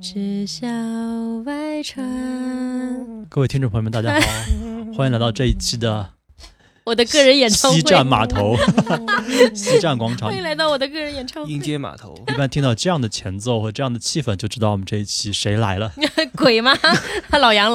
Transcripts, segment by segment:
是小外船。 各位听众朋友们大家好，欢迎来到这一期的我的个人演唱会西站码头西站广场， 欢迎来到我的个人演唱会。 迎接码头。 一般听到这样的前奏和这样的气氛就知道我们这一期谁来了。 鬼吗？老杨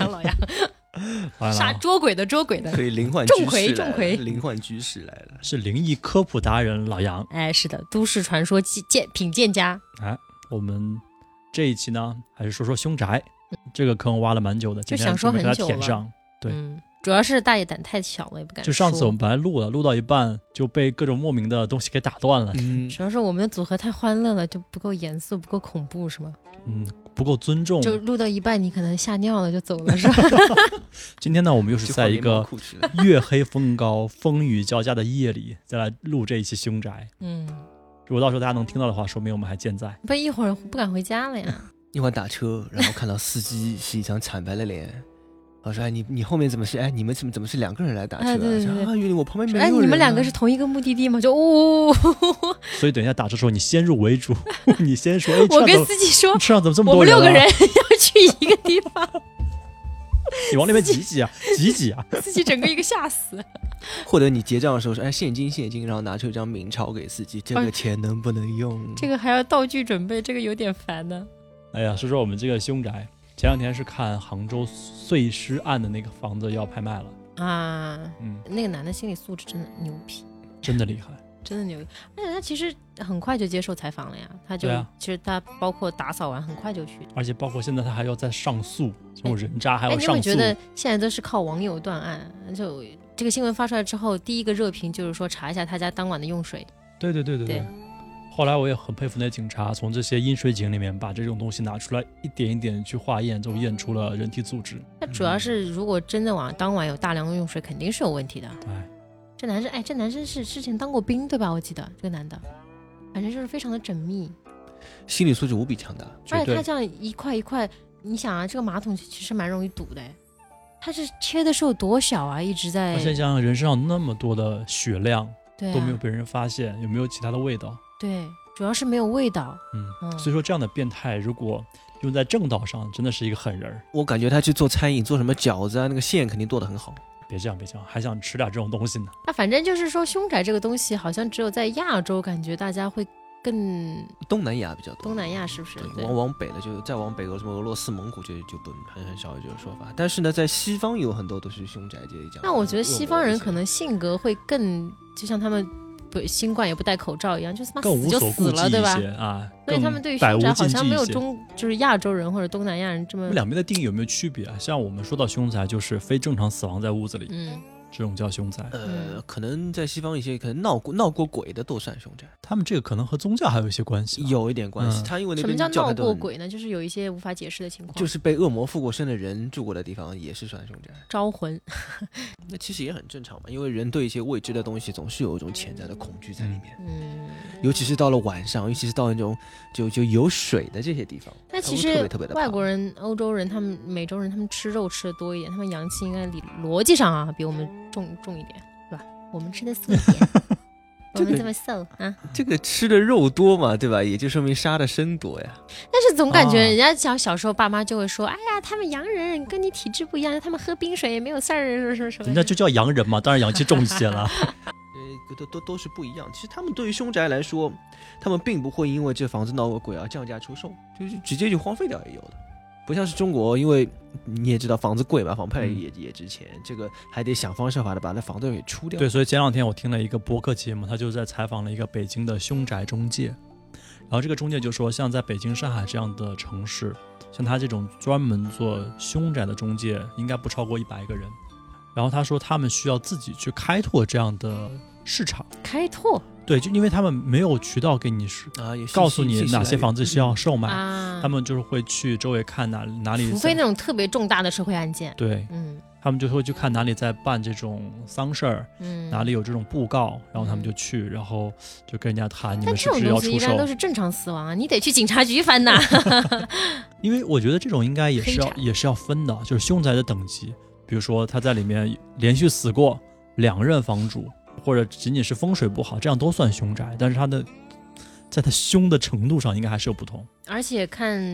啥捉鬼的可以灵幻居士钟馗灵幻居士来了， 是灵异科普达人老杨。 哎，是的，都市传说品鉴家。 哎，我们这一期呢还是说说凶宅，这个坑挖了蛮久的， 就想说很久了， 今天准备给它填上。对， 主要是大爷胆太小了，也不敢说。 就上次我们本来录到一半就被各种莫名的东西给打断了。 主要是我们的组合太欢乐了，就不够严肃，不够恐怖，是吗？ 不够尊重。 就录到一半，你可能吓尿了就走了，是吧？ 今天呢，我们又是在一个月黑风高、风雨交加的夜里，再来录这一期凶宅。如果到时候大家能听到的话，说明我们还健在。 不，一会儿不敢回家了呀。 一会儿打车，然后看到司机是一张惨白的脸。我说：“哎，你后面怎么是？哎，你们怎么是两个人来打车啊？ 对， 原来我旁边没有人。 哎，你们两个是同一个目的地吗？就所以等一下打车的时候，你先入为主，你先说。哎， 我跟司机说， 车上怎么这么多人？ 我们6个人要去一个地方。 你往那边挤啊！ 司机整个一个吓死。 或者你结账的时候说：哎，现金，然后拿出一张冥钞给司机，这个钱能不能用？ 这个还要道具准备，这个有点烦呢。 哎呀，说说我们这个凶宅。前2天是看杭州碎尸案的那个房子要拍卖了啊，那个男的心理素质真的牛逼， 真的厉害， 真的牛逼。而且他其实很快就接受采访了呀，他就、其实他包括打扫完很快就去， 而且包括现在他还要再上诉，这种人渣还要上诉。 你有没有觉得现在都是靠网友断案？就这个新闻发出来之后，第一个热评就是说查一下他家当晚的用水。对。 后来我也很佩服那警察，从这些饮水井里面把这种东西拿出来，一点一点去化验，就验出了人体组织。 那主要是如果真的当晚有大量用水，肯定是有问题的。这男生是之前当过兵对吧？我记得这个男的，反正就是非常的缜密， 心理素质无比强大。 而且他这样一块一块，你想啊，这个马桶其实蛮容易堵的，他是切的时候多小啊，一直在。 而且想人身上那么多的血量， 对都没有被人发现，有没有其他的味道？ 对，主要是没有味道。 所以说这样的变态如果用在正道上，真的是一个狠人。 我感觉他去做餐饮，做什么饺子啊，那个馅肯定剁得很好。 别这样，还想吃点这种东西呢。 反正就是说凶宅这个东西好像只有在亚洲感觉大家会更东南亚比较多。 东南亚是不是？ 对，往北的就再往北什么俄罗斯蒙古就不很少有这种说法。但是呢，在西方有很多都是凶宅这一讲。 那我觉得西方人可能性格会更，就像他们新冠也不戴口罩一样，就是更无所顾忌了，对吧？所以他们对于凶宅好像没有就是亚洲人或者东南亚人这么。 两边的定义有没有区别啊？像我们说到凶宅，就是非正常死亡在屋子里，这种叫凶宅。 可能在西方一些可能闹过鬼的都算凶宅。 他们这个可能和宗教还有一些关系， 有一点关系。他因为那边什么叫闹过鬼呢？就是有一些无法解释的情况， 就是被恶魔附过身的人住过的地方也是算凶宅。 招魂， 那其实也很正常嘛，因为人对一些未知的东西总是有一种潜在的恐惧在里面。尤其是到了晚上，尤其是到那种就有水的这些地方。 那其实外国人、欧洲人、美洲人，他们吃肉吃的多一点，他们阳气应该逻辑上啊比我们重一点，对吧？我们吃的素一点，我们这么瘦啊。 这个吃的肉多嘛，对吧？也就说明杀的生多呀。 但是总感觉人家小时候爸妈就会说，哎呀，他们洋人跟你体质不一样，他们喝冰水也没有事儿，什么。 人家就叫洋人嘛，当然阳气重一些了。 都是不一样。其实他们对于凶宅来说，他们并不会因为这房子闹个鬼而降价出售，就是直接就荒废掉也有的。不像是中国，因为你也知道房子贵嘛，房派也值钱，这个还得想方设法的把那房子给出掉。 对，所以前2天我听了一个播客节目，他就在采访了一个北京的凶宅中介，然后这个中介就说，像在北京、上海这样的城市，像他这种专门做凶宅的中介，应该不超过100个人。然后他说，他们需要自己去开拓这样的市场。 开拓？ 对，就因为他们没有渠道给你告诉你哪些房子需要售卖，他们就是会去周围看哪里， 除非那种特别重大的社会案件。 对，他们就会去看哪里在办这种丧事儿，哪里有这种布告，然后他们就去，然后就跟人家谈，你们是不是要出售？但这种东西一般都是正常死亡啊，你得去警察局翻呐。 因为我觉得这种应该也是要分的，就是凶宅的等级，比如说他在里面连续死过2任房主，或者仅仅是风水不好，这样都算凶宅，但是在他凶的程度上应该还是有不同。 而且看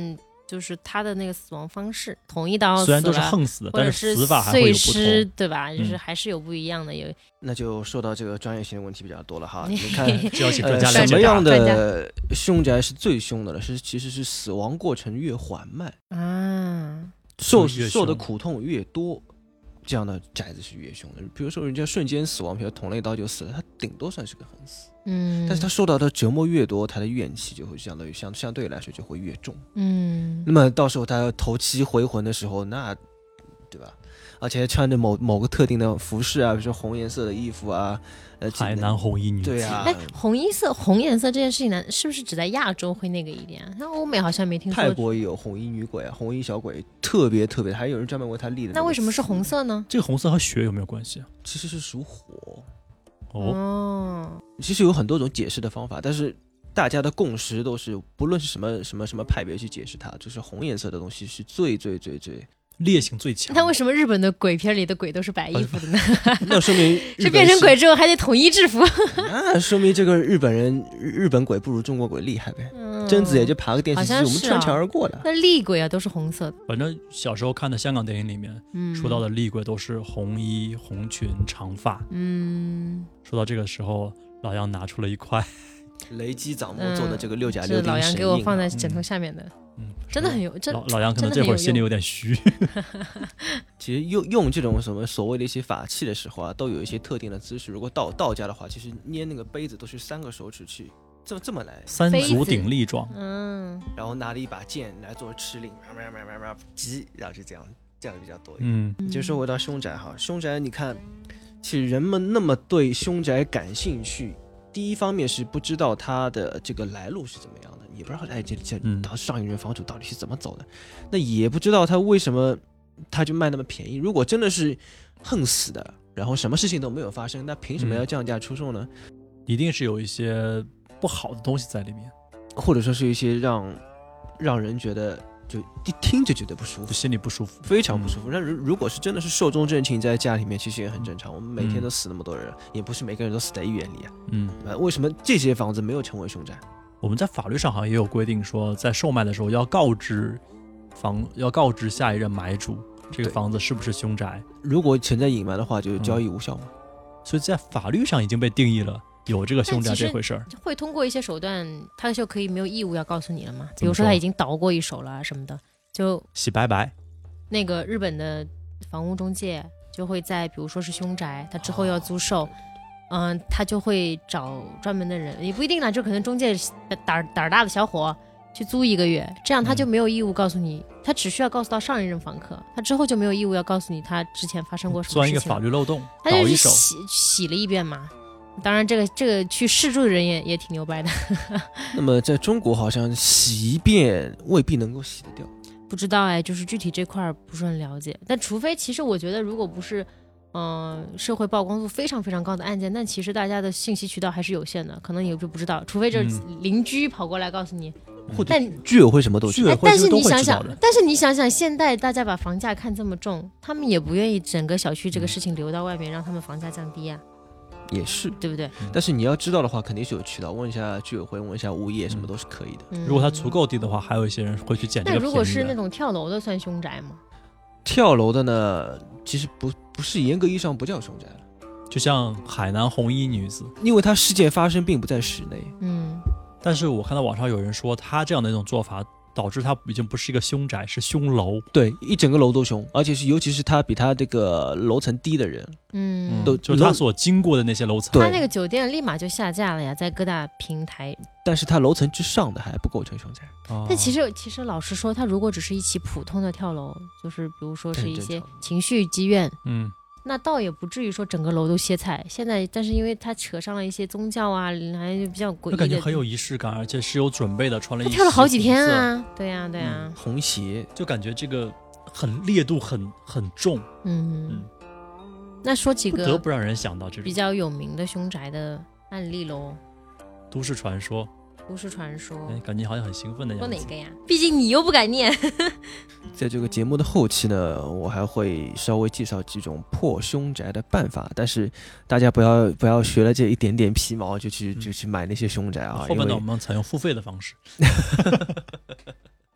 就是他的那个死亡方式，捅一刀死了， 虽然都是横死的，但或者是死法还会有不碎尸， 同。 对吧？就是还是有不一样的。有那就说到这个专业性的问题比较多了哈。你看， 就要请专家来解答什么样的凶宅是最凶的了？其实是死亡过程越缓慢啊， 受的苦痛越多，这样的宅子是越凶的。比如说人家瞬间死亡，比如捅了一刀就死了，他顶多算是个横死。但是他受到的折磨越多，他的怨气就会相对来说就会越重。那么到时候他要头七回魂的时候，那对吧？而且穿着某个特定的服饰啊，比如说红颜色的衣服啊， 海南红衣女子。 对啊， 红颜色这件事情呢，是不是只在亚洲会那个一点？像欧美好像没听说。 泰国也有红衣女鬼啊，红衣小鬼特别，还有人专门为他立的。 那为什么是红色呢？ 这个红色和血有没有关系啊？ 其实是属火。其实有很多种解释的方法，但是大家的共识都是，不论是什么派别去解释它，就是红颜色的东西是最烈性最强。 那为什么日本的鬼片里的鬼都是白衣服的呢？ 那说明是变成鬼之后还得统一制服。 那说明这个日本鬼不如中国鬼厉害呗。贞子也就爬个电视机，我们穿墙而过了。 那厉鬼啊都是红色的。 反正小时候看的香港电影里面，说到的厉鬼都是红衣红裙长发。说到这个时候，老杨拿出了一块雷击掌目做的这个6+6丁神印， 老杨给我放在枕头下面的。真的很有， 老杨可能这会儿心里有点虚。 其实用这种什么所谓的一些法器的时候啊，都有一些特定的姿势。如果道家的话，其实捏那个杯子都是3个手指去这么来， 三足鼎立状。 然后拿了一把剑来做吃令，击，然后就这样比较多一点。就说回到凶宅哈，凶宅你看，其实人们那么对凶宅感兴趣，第一方面是不知道它的这个来路是怎么样的。也不知道他上一任房主到底是怎么走的，那也不知道他为什么他就卖那么便宜。如果真的是横死的，然后什么事情都没有发生，那凭什么要降价出售呢？ 一定是有一些不好的东西在里面， 或者说是一些让人觉得就一听就觉得不舒服， 心里不舒服， 非常不舒服。那如果是真的是寿终正寝在家里面，其实也很正常。我们每天都死那么多人，也不是每个人都死在医院里啊。为什么这些房子没有成为凶宅？ 我们在法律上好像也有规定，说在售卖的时候要告知下一任买主这个房子是不是凶宅。 如果存在隐瞒的话，就交易无效嘛。 所以在法律上已经被定义了有这个凶宅这回事儿。 会通过一些手段，他就可以没有义务要告诉你了嘛？比如说他已经倒过一手了什么的，就洗白白。 那个日本的房屋中介就会在比如说是凶宅，他之后要租售。他就会找专门的人，也不一定啦，就可能中介胆儿大的小伙去租1个月，这样他就没有义务告诉你，他只需要告诉到上一任房客，他之后就没有义务要告诉你他之前发生过什么事情。 钻一个法律漏洞， 他就是洗了一遍嘛。当然，这个去试住的人也挺牛掰的。 那么在中国好像洗一遍未必能够洗得掉， 不知道哎，就是具体这块不是很了解。但除非，其实我觉得如果不是。社会曝光度非常非常高的案件，但其实大家的信息渠道还是有限的，可能也就不知道，除非这邻居跑过来告诉你， 或者居委会什么都知道。 但是你想想，现在大家把房价看这么重，他们也不愿意整个小区这个事情流到外面，让他们房价降低啊。 也是， 对不对？ 但是你要知道的话，肯定是有渠道，问一下居委会，问一下物业，什么都是可以的。 如果它足够低的话，还有一些人会去捡这个便宜的。 那如果是那种跳楼的，算凶宅吗？ 跳楼的呢，其实不是严格意义上不叫凶宅了， 就像海南红衣女子， 因为它事件发生并不在室内。 但是我看到网上有人说，他这样的一种做法导致它已经不是一个凶宅，是凶楼。 对，一整个楼都凶，而且尤其是他比他这个楼层低的人， 就是他所经过的那些楼层。 他那个酒店立马就下架了呀，在各大平台。 但是他楼层之上的还不构成凶宅。 但其实老实说，他如果只是一起普通的跳楼，就是比如说是一些情绪积怨，那倒也不至于说整个楼都歇菜。现在，但是因为他扯上了一些宗教啊，还比较诡异的， 感觉很有仪式感，而且是有准备的，穿了一。 他跳了好几天啊，对呀。 红鞋就感觉这个烈度很重。 那说几个不得不让人想到这种比较有名的凶宅的案例喽。 都市传说，感觉好像很兴奋的样子。 说哪个呀？毕竟你又不敢念。 在这个节目的后期呢，我还会稍微介绍几种破凶宅的办法，但是大家不要学了这一点点皮毛就去买那些凶宅啊。 后面呢，我们采用付费的方式。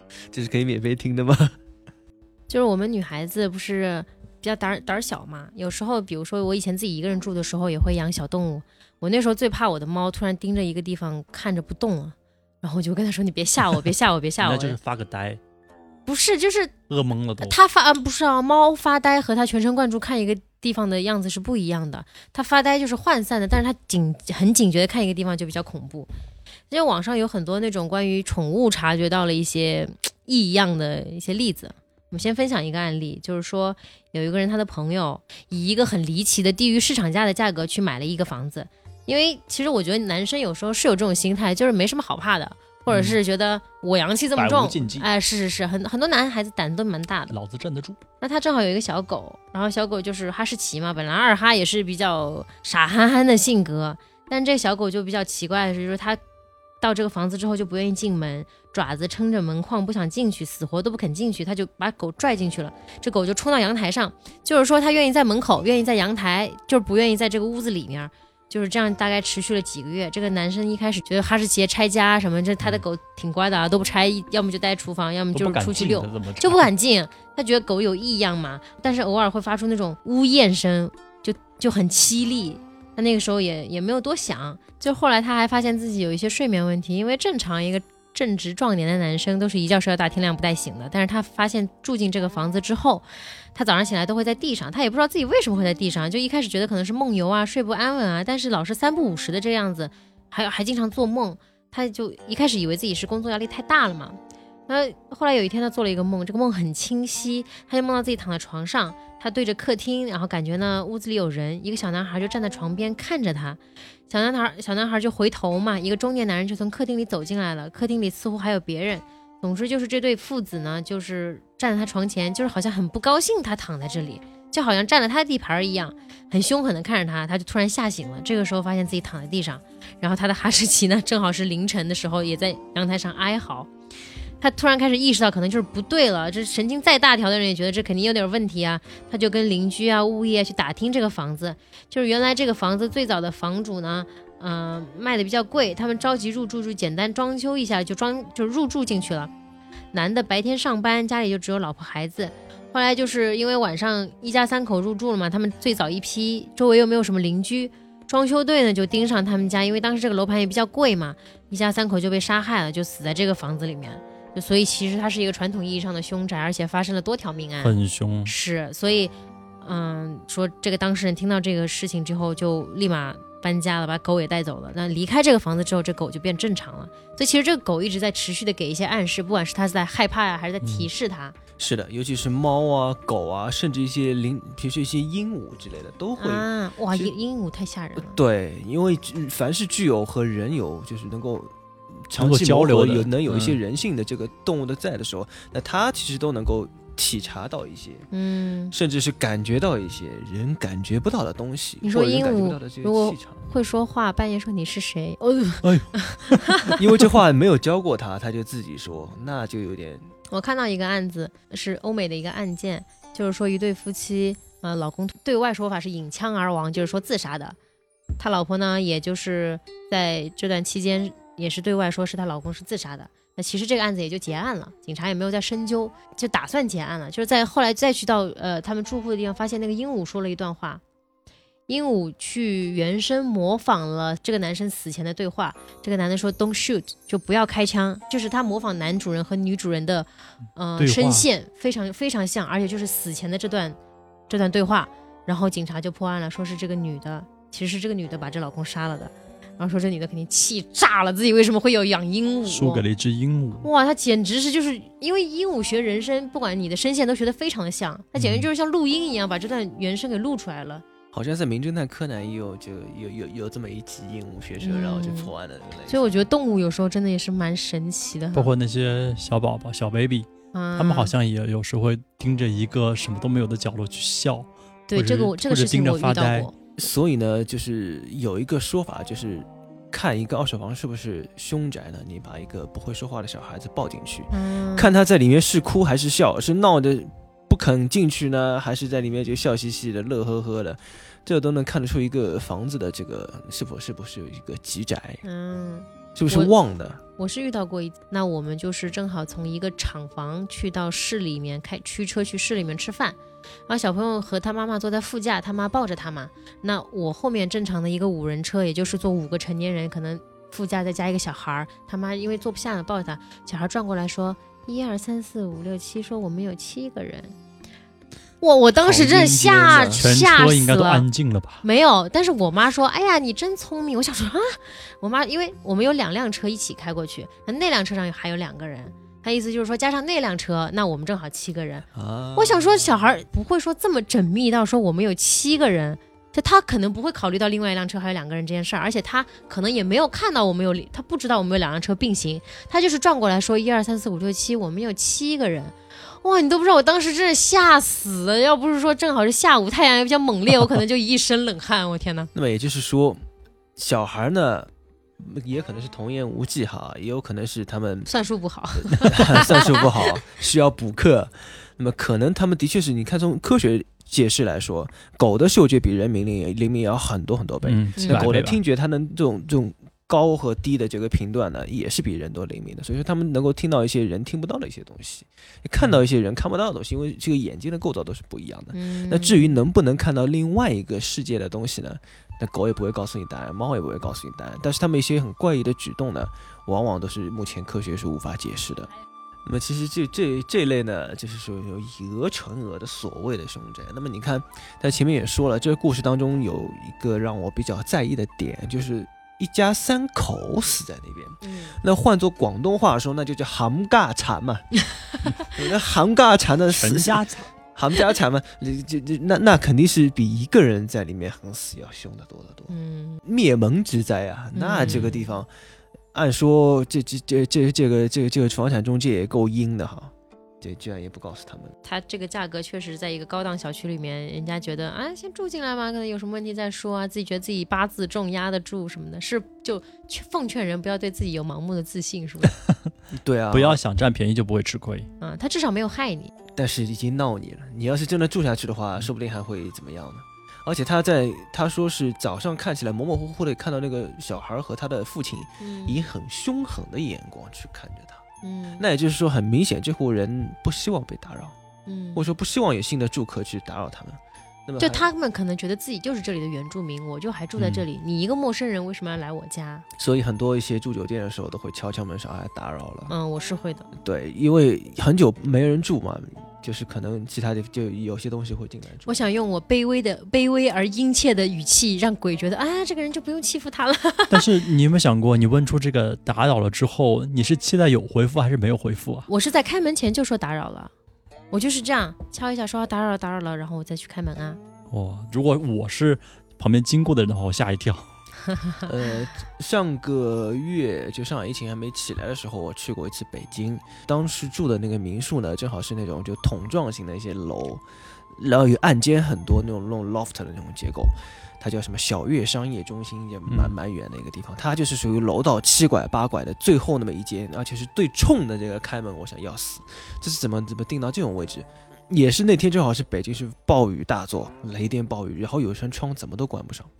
这是可以免费听的吗？ 就是我们女孩子不是比较胆小嘛，有时候比如说我以前自己一个人住的时候也会养小动物，我那时候最怕我的猫突然盯着一个地方看着不动了，然后我就跟他说你别吓我别吓我别吓我， 那就是发个呆， 不是就是饿懵了都。 他不是啊，猫发呆和他全神贯注看一个地方的样子是不一样的，他发呆就是涣散的，但是他很警觉的看一个地方就比较恐怖。因为网上有很多那种关于宠物察觉到了一些异样的一些例子，我们先分享一个案例，就是说有一个人他的朋友以一个很离奇的低于市场价的价格去买了一个房子，因为其实我觉得男生有时候是有这种心态，就是没什么好怕的，或者是觉得我阳气这么重，哎，是，很多男孩子胆子都蛮大的， 老子镇得住。 那他正好有一个小狗，然后小狗就是哈士奇嘛，本来二哈也是比较傻憨憨的性格，但这个小狗就比较奇怪的是，就是他到这个房子之后就不愿意进门，爪子撑着门框不想进去，死活都不肯进去，他就把狗拽进去了，这狗就冲到阳台上，就是说他愿意在门口，愿意在阳台，就是不愿意在这个屋子里面。就是这样，大概持续了几个月。这个男生一开始觉得哈士奇拆家什么，这他的狗挺乖的啊，都不拆，要么就待厨房，要么就是出去遛，就不敢进。他觉得狗有异样嘛，但是偶尔会发出那种呜咽声，就很凄厉。他那个时候也没有多想，就后来他还发现自己有一些睡眠问题，因为正常一个正值壮年的男生都是一觉睡到大天亮不带醒的，但是他发现住进这个房子之后，他早上起来都会在地上，他也不知道自己为什么会在地上，就一开始觉得可能是梦游啊，睡不安稳啊，但是老是3不5时的这个样子，还经常做梦，他就一开始以为自己是工作压力太大了嘛。后来有一天他做了一个梦，这个梦很清晰，他就梦到自己躺在床上，他对着客厅，然后感觉呢屋子里有人，一个小男孩就站在床边看着他，小男孩就回头嘛，一个中年男人就从客厅里走进来了，客厅里似乎还有别人，总之就是这对父子呢就是站在他床前，就是好像很不高兴他躺在这里，就好像占了他的地盘一样，很凶狠的看着他，他就突然吓醒了，这个时候发现自己躺在地上，然后他的哈士奇呢正好是凌晨的时候也在阳台上哀嚎，他突然开始意识到可能就是不对了，这神经再大条的人也觉得这肯定有点问题啊，他就跟邻居啊物业去打听这个房子，就是原来这个房子最早的房主呢卖的比较贵，他们着急入住，就简单装修一下就入住进去了，男的白天上班，家里就只有老婆孩子，后来就是因为晚上一家3口入住了嘛，他们最早一批，周围又没有什么邻居，装修队呢就盯上他们家，因为当时这个楼盘也比较贵嘛，一家3口就被杀害了，就死在这个房子里面，所以其实它是一个传统意义上的凶宅，而且发生了多条命案， 很凶。 是，所以说这个当事人听到这个事情之后就立马搬家了，把狗也带走了，那离开这个房子之后，这狗就变正常了，所以其实这个狗一直在持续的给一些暗示，不管是它在害怕呀，还是在提示它。 是的，尤其是猫啊、狗啊，甚至一些比如说一些鹦鹉之类的，都会啊，哇，鹦鹉太吓人了。 对，因为凡是具有和人有就是能够长期交流的， 能有一些人性的这个动物的在的时候，那它其实都能够体察到一些，甚至是感觉到一些人感觉不到的东西。 你说鹦鹉如果会说话，半夜说你是谁？ 因为这话没有教过他，他就自己说，那就有点。 我看到一个案子，是欧美的一个案件，就是说一对夫妻，老公对外说法是引枪而亡，就是说自杀的。他老婆呢，也就是在这段期间，也是对外说是她老公是自杀的。那其实这个案子也就结案了，警察也没有再深究，就打算结案了。就是在后来再去到他们住户的地方，发现那个鹦鹉说了一段话。鹦鹉去原声模仿了这个男生死前的对话，这个男的说 Don't shoot， 就不要开枪，就是他模仿男主人和女主人的声线非常非常像，而且就是死前的这段对话，然后警察就破案了，说是这个女的，其实是这个女的把这老公杀了的，然后说这女的肯定气炸了，自己为什么会有养鹦鹉， 输给了一只鹦鹉。 哇，他简直是就是因为鹦鹉学人声，不管你的声线都学得非常的像，他简直就是像录音一样把这段原声给录出来了。 好像在《名侦探柯南》也有这么一集鹦鹉学车，然后就破案的那个。 所以我觉得动物有时候真的也是蛮神奇的， 包括那些小宝宝、小 baby，他们好像也有时会盯着一个什么都没有的角落去笑。 对，这个事情我遇到过。 所以呢，就是有一个说法，就是看一个二手房是不是凶宅呢？你把一个不会说话的小孩子抱进去，看他在里面是哭还是笑，是闹的不肯进去呢，还是在里面就笑嘻嘻的、乐呵呵的，这都能看得出一个房子的这个是不是一个极宅，是不是旺的。 我是遇到过一次，那我们就是正好从一个厂房去到市里面驱车去市里面吃饭，然后小朋友和他妈妈坐在副驾，他妈抱着他嘛，那我后面正常的一个5人车，也就是坐5个成年人，可能副驾再加一个小孩，他妈因为坐不下了抱着他，小孩转过来说1、2、3、4、5、6、7，说我们有7个人。我当时真的吓全死车应该都了。 安静了吧？ 没有，但是我妈说：“哎呀，你真聪明。”我想说啊，我妈因为我们有2辆车一起开过去，那辆车上还有2个人，她意思就是说加上那辆车，那我们正好7个人。我想说，小孩不会说这么缜密到说我们有7个人，就他可能不会考虑到另外一辆车还有2个人这件事儿，而且他可能也没有看到我们有，他不知道我们有2辆车并行，他就是转过来说1、2、3、4、5、6、7，我们有7个人。哇，你都不知道，我当时真的吓死了！要不是说正好是下午，太阳也比较猛烈，我可能就一身冷汗。我天哪！ 那么也就是说，小孩呢，也可能是童言无忌哈，也有可能是他们算术不好， 算术不好，需要补课。那么可能他们的确是，你看从科学解释来说，狗的嗅觉比人灵敏要很多很多倍。那狗的听觉，它能这种高和低的这个频段呢，也是比人多灵敏的，所以说他们能够听到一些人听不到的一些东西，看到一些人看不到的东西，因为这个眼睛的构造都是不一样的。那至于能不能看到另外一个世界的东西呢？那狗也不会告诉你答案，猫也不会告诉你答案，但是他们一些很怪异的举动呢，往往都是目前科学是无法解释的。那么其实这一类呢，就是说有以讹传讹的所谓的凶宅。那么你看，在前面也说了，这个故事当中有一个让我比较在意的点，就是一家3口死在那边。那换作广东话说，那就叫冚家鏟嘛。那冚家鏟的死，冚家鏟嘛，那肯定是比一个人在里面横死要凶得多得多。灭门之灾啊！那这个地方，按说这个房产中介也够阴的哈。对，居然也不告诉他们。 他这个价格确实在一个高档小区里面，人家觉得啊，先住进来嘛，可能有什么问题再说啊，自己觉得自己八字重压得住什么的，是就奉劝人不要对自己有盲目的自信，是不是？ 对啊， 不要想占便宜就不会吃亏。 他至少没有害你， 但是已经闹你了。你要是真的住下去的话，说不定还会怎么样呢？而且他说是早上看起来模模糊糊的看到那个小孩和他的父亲以很凶狠的眼光去看着他。那也就是说，很明显这户人不希望被打扰，或者说不希望有新的住客去打扰他们。那么就他们可能觉得自己就是这里的原住民，我就还住在这里，你一个陌生人为什么要来我家？所以很多一些住酒店的时候都会敲敲门上来打扰了。 我是会的。 对，因为很久没人住嘛，就是可能其他的就有些东西会进来住。 我想用我卑微而殷切的语气，让鬼觉得啊，这个人就不用欺负他了。但是你有没有想过，你问出这个打扰了之后，你是期待有回复还是没有回复啊？ 我是在开门前就说打扰了，我就是这样敲一下说打扰了，然后我再去开门啊。 如果我是旁边经过的人的话，我吓一跳。 上个月就上海疫情还没起来的时候，我去过一次北京，当时住的那个民宿呢，正好是那种就筒状型的一些楼，然后有暗间很多那种 loft 的那种结构，它叫什么小悦商业中心，也蛮远的一个地方，它就是属于楼道7拐8拐的最后那么一间，而且是对冲的这个开门，我想要死，这是怎么定到这种位置？也是那天正好是北京是暴雨大作，雷电暴雨，然后有扇窗怎么都关不上。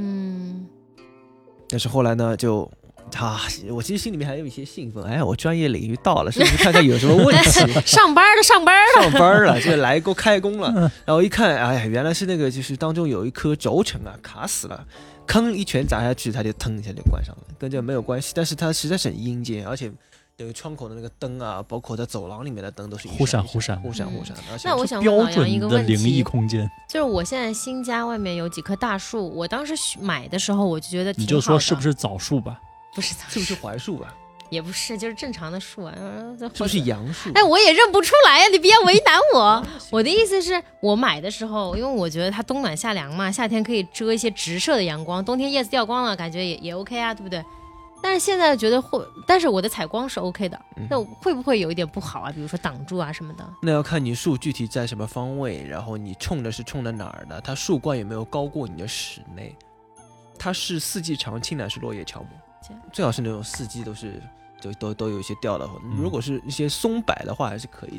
但是后来呢，我其实心里面还有一些兴奋，我专业领域到了，是不是看看有什么问题？ 上班了， 就来够开工了。然后一看，原来是那个就是当中有一颗轴承啊卡死了，吭一拳砸下去，它就腾一下就关上了，跟这没有关系。但是它实在是很阴间，而且那个窗口的那个灯啊，包括在走廊里面的灯都是忽闪。 那我想问老杨一个问题， 灵异空间就是我现在新家外面有几棵大树，我当时买的时候我就觉得挺好的。 你就说是不是枣树吧？ 不是枣树， 是不是槐树吧？ 也不是，就是正常的树啊。 是不是杨树？ 我也认不出来呀，你不要为难我。我的意思是我买的时候，因为我觉得它冬暖夏凉嘛，夏天可以遮一些直射的阳光，冬天叶子掉光了，感觉也 OK 啊，对不对？但是现在觉得但是我的采光是 OK 的，那会不会有一点不好啊？比如说挡住啊什么的？ 那要看你树具体在什么方位，然后你冲的哪儿的，它树冠有没有高过你的室内，它是四季常青还是落叶乔木，最好是那种4季都是都有一些掉的。如果是一些松柏的话还是可以的。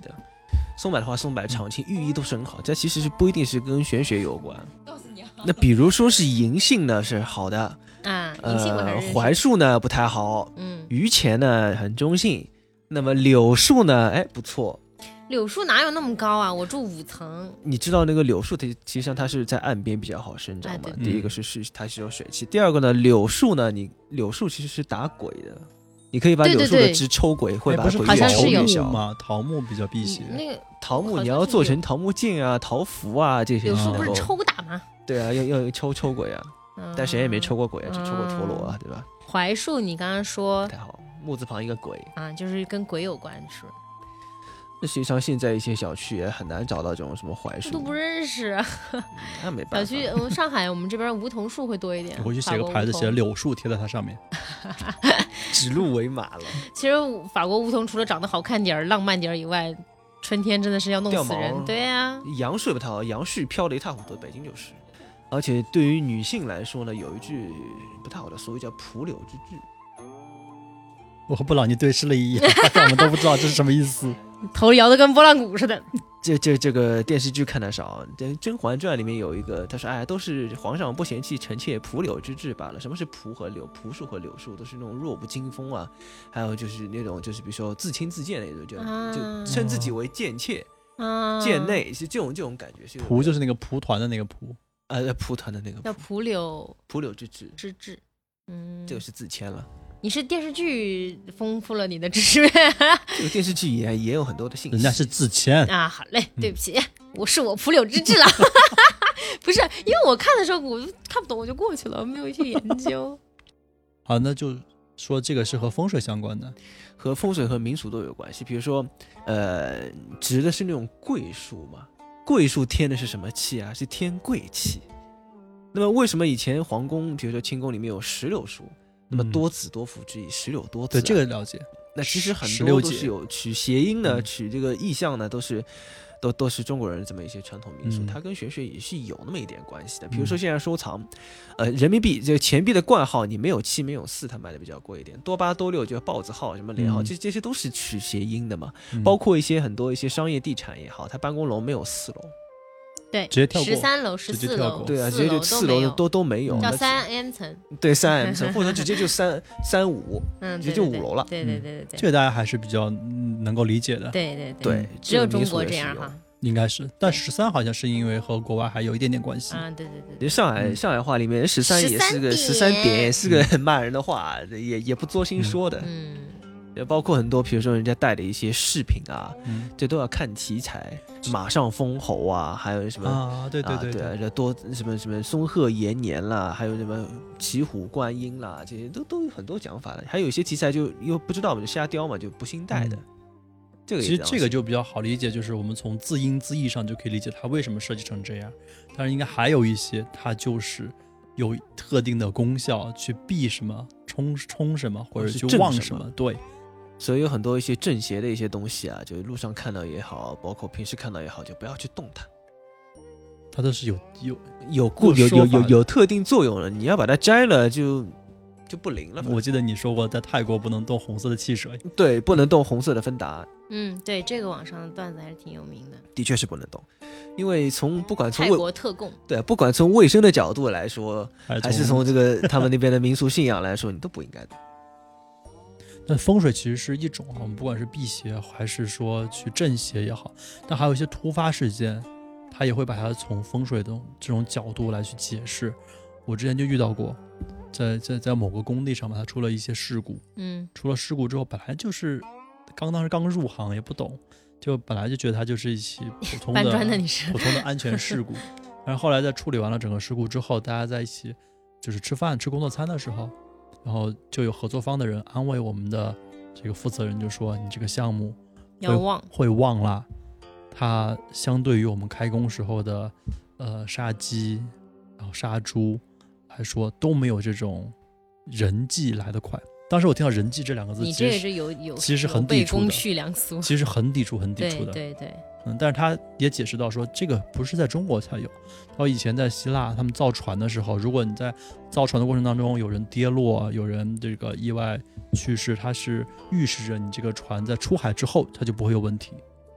松柏的话，松柏常青，寓意都是很好。这其实是不一定是跟玄学有关。告诉你，那比如说是银杏呢是好的啊，银杏我还是槐树呢不太好，榆钱呢很中性。那么柳树呢，哎不错。 柳树哪有那么高啊？我住5层。 你知道那个柳树它其实上它是在岸边比较好生长嘛。第一个是它是有水汽，第二个呢，柳树呢，柳树其实是打鬼的。你可以把柳树的枝抽鬼，会把鬼越抽越小嘛。桃木比较辟邪， 那个桃木你要做成桃木剑啊、桃符啊这些。 柳树不是抽打吗？ 对啊，要抽鬼啊，但谁也没抽过鬼啊，只抽过陀螺啊，对吧？ 槐树你刚刚说不太好，木字旁一个鬼啊，就是跟鬼有关是。 那实际上现在一些小区也很难找到这种什么槐树， 都不认识。 那没办法。 小区上海我们这边梧桐树会多一点。 我回去写个牌子，写柳树贴在它上面， 指鹿为马了。 其实法国梧桐除了长得好看点儿、浪漫点儿以外，春天真的是要弄死人。对啊， 杨絮不太好，杨絮飘得一塌糊涂，北京就是。而且对于女性来说呢，有一句不太好的俗语叫蒲柳之治。 我和布朗尼对视了一眼，但我们都不知道这是什么意思。 头摇得跟拨浪鼓似的。 这个电视剧看得少，《甄嬛传》里面有一个，他说：“哎，都是皇上不嫌弃臣妾蒲柳之志罢了。”什么是蒲和柳？蒲树和柳树都是那种弱不禁风啊，还有就是那种就是比如说自轻自贱那种，就称自己为贱妾、贱内，是这种感觉。 蒲就是那个蒲团的那个蒲， 蒲团的那个叫蒲柳之志之志， 这个是自谦了。 你是电视剧丰富了你的知识。 这个电视剧也有很多的信息。 人家是自谦啊，好嘞，对不起，我蒲柳之志了。不是，因为我看的时候我看不懂，我就过去了，没有去研究。 好，那就说这个是和风水相关的， 和风水和民俗都有关系。比如说，指的是那种桂树嘛，桂树添的是什么气啊？是添贵气。那么为什么以前皇宫，比如说清宫里面有石榴树？那么多子多福之意，石榴多子、 对这个了解。 那其实很多都是有取谐音的，取这个意象呢，都是中国人这么一些传统民俗，它跟玄学也是有那么一点关系的。比如说现在收藏，人民币这个钱币的冠号，你没有7没有4，它卖的比较贵一点。多8多6就豹子号什么连号，这些都是取谐音的嘛。包括很多一些商业地产也好，它办公楼没有4楼。 对， 直接跳过 13楼、14楼， 对啊，直接就4楼都没有， 叫3M 层， 对3M 层，或者直接就3、5，直接就5楼了。 对， 这个大家还是比较能够理解的。 对，只有中国这样哈， 应该是。但13好像是因为和国外还有一点点关系啊。对， 其实上海话里面13也是个13点，是个很骂人的话，也不作心说的。也包括很多，比如说人家带的一些饰品啊，这都要看题材，马上封侯啊，还有什么啊，对， 这多什么松鹤延年啦，还有什么骑虎观音啦，这些都有很多讲法的。还有一些题材就又不知道嘛，就瞎雕嘛，就不姓戴的。 其实这个就比较好理解，就是我们从字音字义上就可以理解它为什么设计成这样。但是应该还有一些，它就是有特定的功效，去避什么、冲什么，或者去旺什么，对。 所以有很多一些正邪的一些东西啊，就路上看到也好，包括平时看到也好，就不要去动它。 它都是有特定作用的，你要把它摘了就不灵了。 我记得你说过，在泰国不能动红色的汽水， 对，不能动红色的芬达。 对，这个网上的段子还是挺有名的。 的确是不能动，因为不管从泰国特供， 对，不管从卫生的角度来说，还是从这个他们那边的民俗信仰来说，你都不应该动。 但风水其实是一种我们不管是辟邪还是说去正邪也好，但还有一些突发事件，它也会把它从风水的这种角度来去解释。我之前就遇到过，在某个工地上吧，它出了一些事故。出了事故之后，本来就是当时刚入行也不懂，就本来就觉得它就是一起普通的安全事故。但是后来在处理完了整个事故之后，大家在一起就是吃工作餐的时候。然后就有合作方的人安慰我们的这个负责人，就说你这个项目会旺啦，它相对于我们开工时候的杀鸡然后杀猪来说都没有这种人技来得快。当时我听到人技这2个字， 你这个是其实很抵触的， 公序良俗， 其实很抵触的。 对。 但是他也解释到说，这个不是在中国才有。然后以前在希腊，他们造船的时候，如果你在造船的过程当中有人跌落，有人这个意外去世，它是预示着你这个船在出海之后它就不会有问题。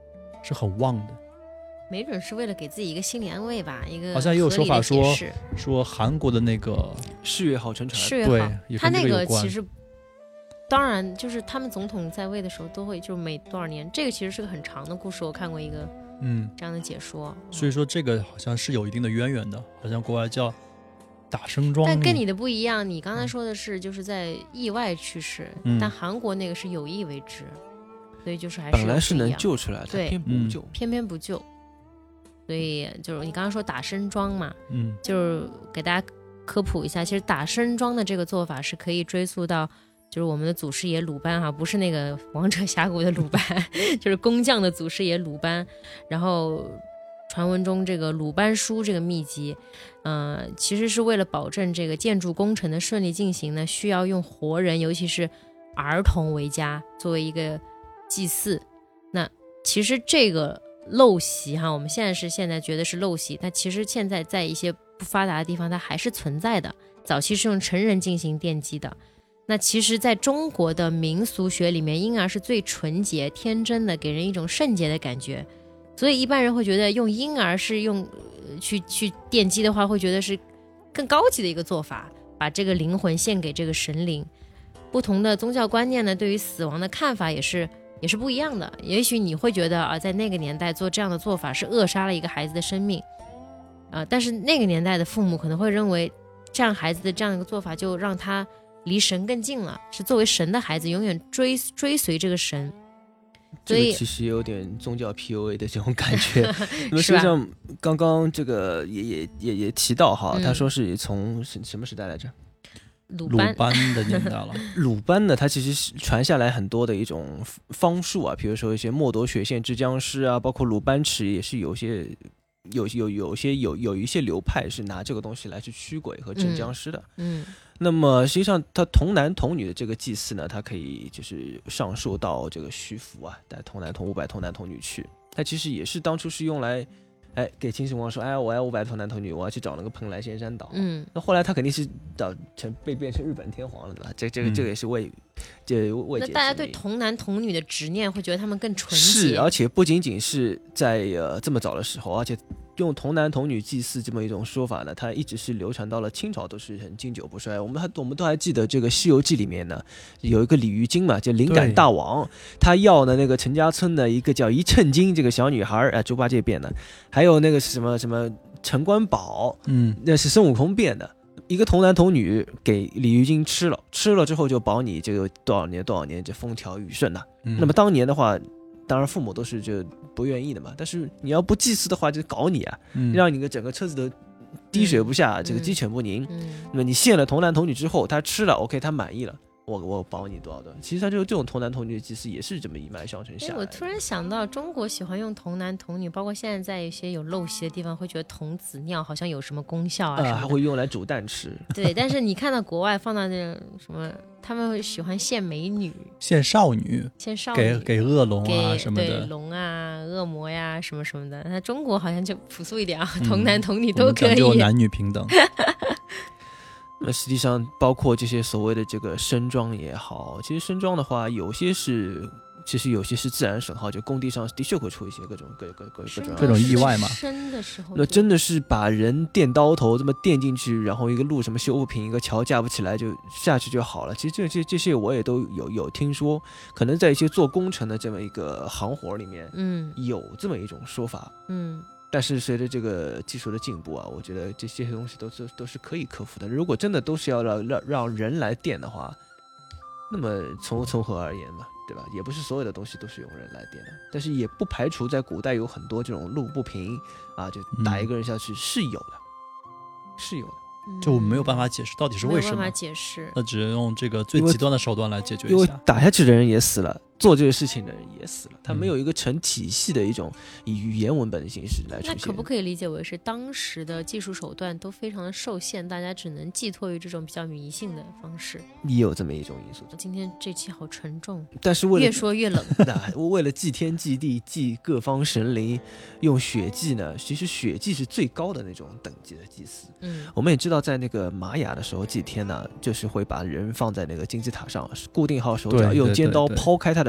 是很旺的。 没准是为了给自己一个心理安慰吧，一个好像也有说法合理的解释说韩国的那个事业好沉船， 对事业好， 也他那跟这个有关个其实当然就是他们总统在位的时候都会就是每多少年，这个其实是个很长的故事，我看过一个这样的解说。 所以说这个好像是有一定的渊源的，好像国外叫打生桩。 但跟你的不一样，你刚才说的是就是在意外去世，但韩国那个是有意为之，所以就是还是本来是能救出来的， 对， 偏不救， 偏偏不救。所以就是你刚刚说打生桩嘛，就是给大家科普一下，其实打生桩的这个做法是可以追溯到就是我们的祖师爷鲁班哈，不是那个王者峡谷的鲁班，就是工匠的祖师爷鲁班。然后传闻中这个鲁班书这个秘籍，其实是为了保证这个建筑工程的顺利进行呢，需要用活人，尤其是儿童为家，作为一个祭祀。那其实这个陋习哈，我们现在觉得是陋习，但其实现在在一些不发达的地方它还是存在的。早期是用成人进行奠基的。那其实在中国的民俗学里面，婴儿是最纯洁天真的，给人一种圣洁的感觉，所以一般人会觉得用婴儿是用去奠基的话，会觉得是更高级的一个做法，把这个灵魂献给这个神灵。不同的宗教观念呢，对于死亡的看法也是不一样的。也许你会觉得在那个年代做这样的做法是扼杀了一个孩子的生命，但是那个年代的父母可能会认为这样孩子的这样一个做法就让他离神更近了，是作为神的孩子永远追随这个神。所以这个其实有点宗教 PUA 的这种感觉。那么实际上刚刚这个也提到哈，他说是从什么时代来着？ 鲁班的年代了。 鲁班呢，它其实是传下来很多的一种方术啊，比如说一些墨夺血线之僵尸啊，包括鲁班尺也是有一些流派是拿这个东西来去驱鬼和镇僵尸的。那么实际上它童男童女的这个祭祀呢，它可以就是上溯到这个徐福啊，带童男童500童男童女去，它其实也是当初是用来给秦始皇说，我要500童男童女，我要去找那个蓬莱仙山岛。那后来他肯定是变成日本天皇了，对吧？这个也是未解之谜。 那大家对童男童女的执念会觉得他们更纯洁， 是，而且不仅仅是在这么早的时候，而且用童男童女祭祀这么一种说法呢，它一直是流传到了清朝，都是很经久不衰。我们都还记得这个《西游记》里面呢，有一个鲤鱼精嘛，叫灵感大王，他要的那个陈家村的一个叫一称金这个小女孩，猪八戒变的，还有那个什么陈官宝，那是孙悟空变的。一个童男童女给鲤鱼精吃了之后就保你这个多少年这风调雨顺呐。那么当年的话，当然父母都是就不愿意的嘛，但是你要不祭祀的话就搞你啊，让你的整个车子都滴水不下，这个鸡犬不宁。那么你献了童男童女之后，他吃了 OK， 他满意了，我保你多少的。其实他这种童男童女的祭祀也是这么一脉相承下来的。 我突然想到，中国喜欢用童男童女，包括现在在一些有陋习的地方，会觉得童子尿好像有什么功效啊什么的， 还会用来煮蛋吃。 对，但是你看到国外放到那什么，他们会喜欢献美女、 献少女，给恶龙啊什么的， 对龙啊、恶魔呀什么什么的。那中国好像就朴素一点啊，童男童女都可以， 就男女平等。 那实际上包括这些所谓的这个生桩也好，其实生桩的话，其实有些是自然损耗，就工地上的确会出一些各种意外嘛。 生的时候， 那真的是把人电刀头这么电进去，然后一个路什么修不平，一个桥架不起来就下去就好了。其实这些我也都有听说，可能在一些做工程的这么一个行活里面，有这么一种说法，但是随着这个技术的进步啊，我觉得这些东西都是可以克服的。如果真的都是要让人来电的话，那么从何而言嘛，对吧？也不是所有的东西都是用人来电的，但是也不排除在古代有很多这种路不平啊，就打一个人下去是有的，是有的。 就我们没有办法解释到底是为什么， 没有办法解释， 那只能用这个最极端的手段来解决一下。 因为打下去的人也死了，做这个事情的人也死了，他没有一个成体系的一种以语言文本的形式来出现。 那可不可以理解为是当时的技术手段都非常的受限，大家只能寄托于这种比较迷信的方式？ 也有这么一种因素。 今天这期好沉重， 但是越说越冷。 为了祭天祭地祭各方神灵，用血祭呢，其实血祭是最高的那种等级的祭祀。我们也知道，在那个玛雅的时候祭天呢，就是会把人放在那个金字塔上，固定好手脚，用尖刀抛开他的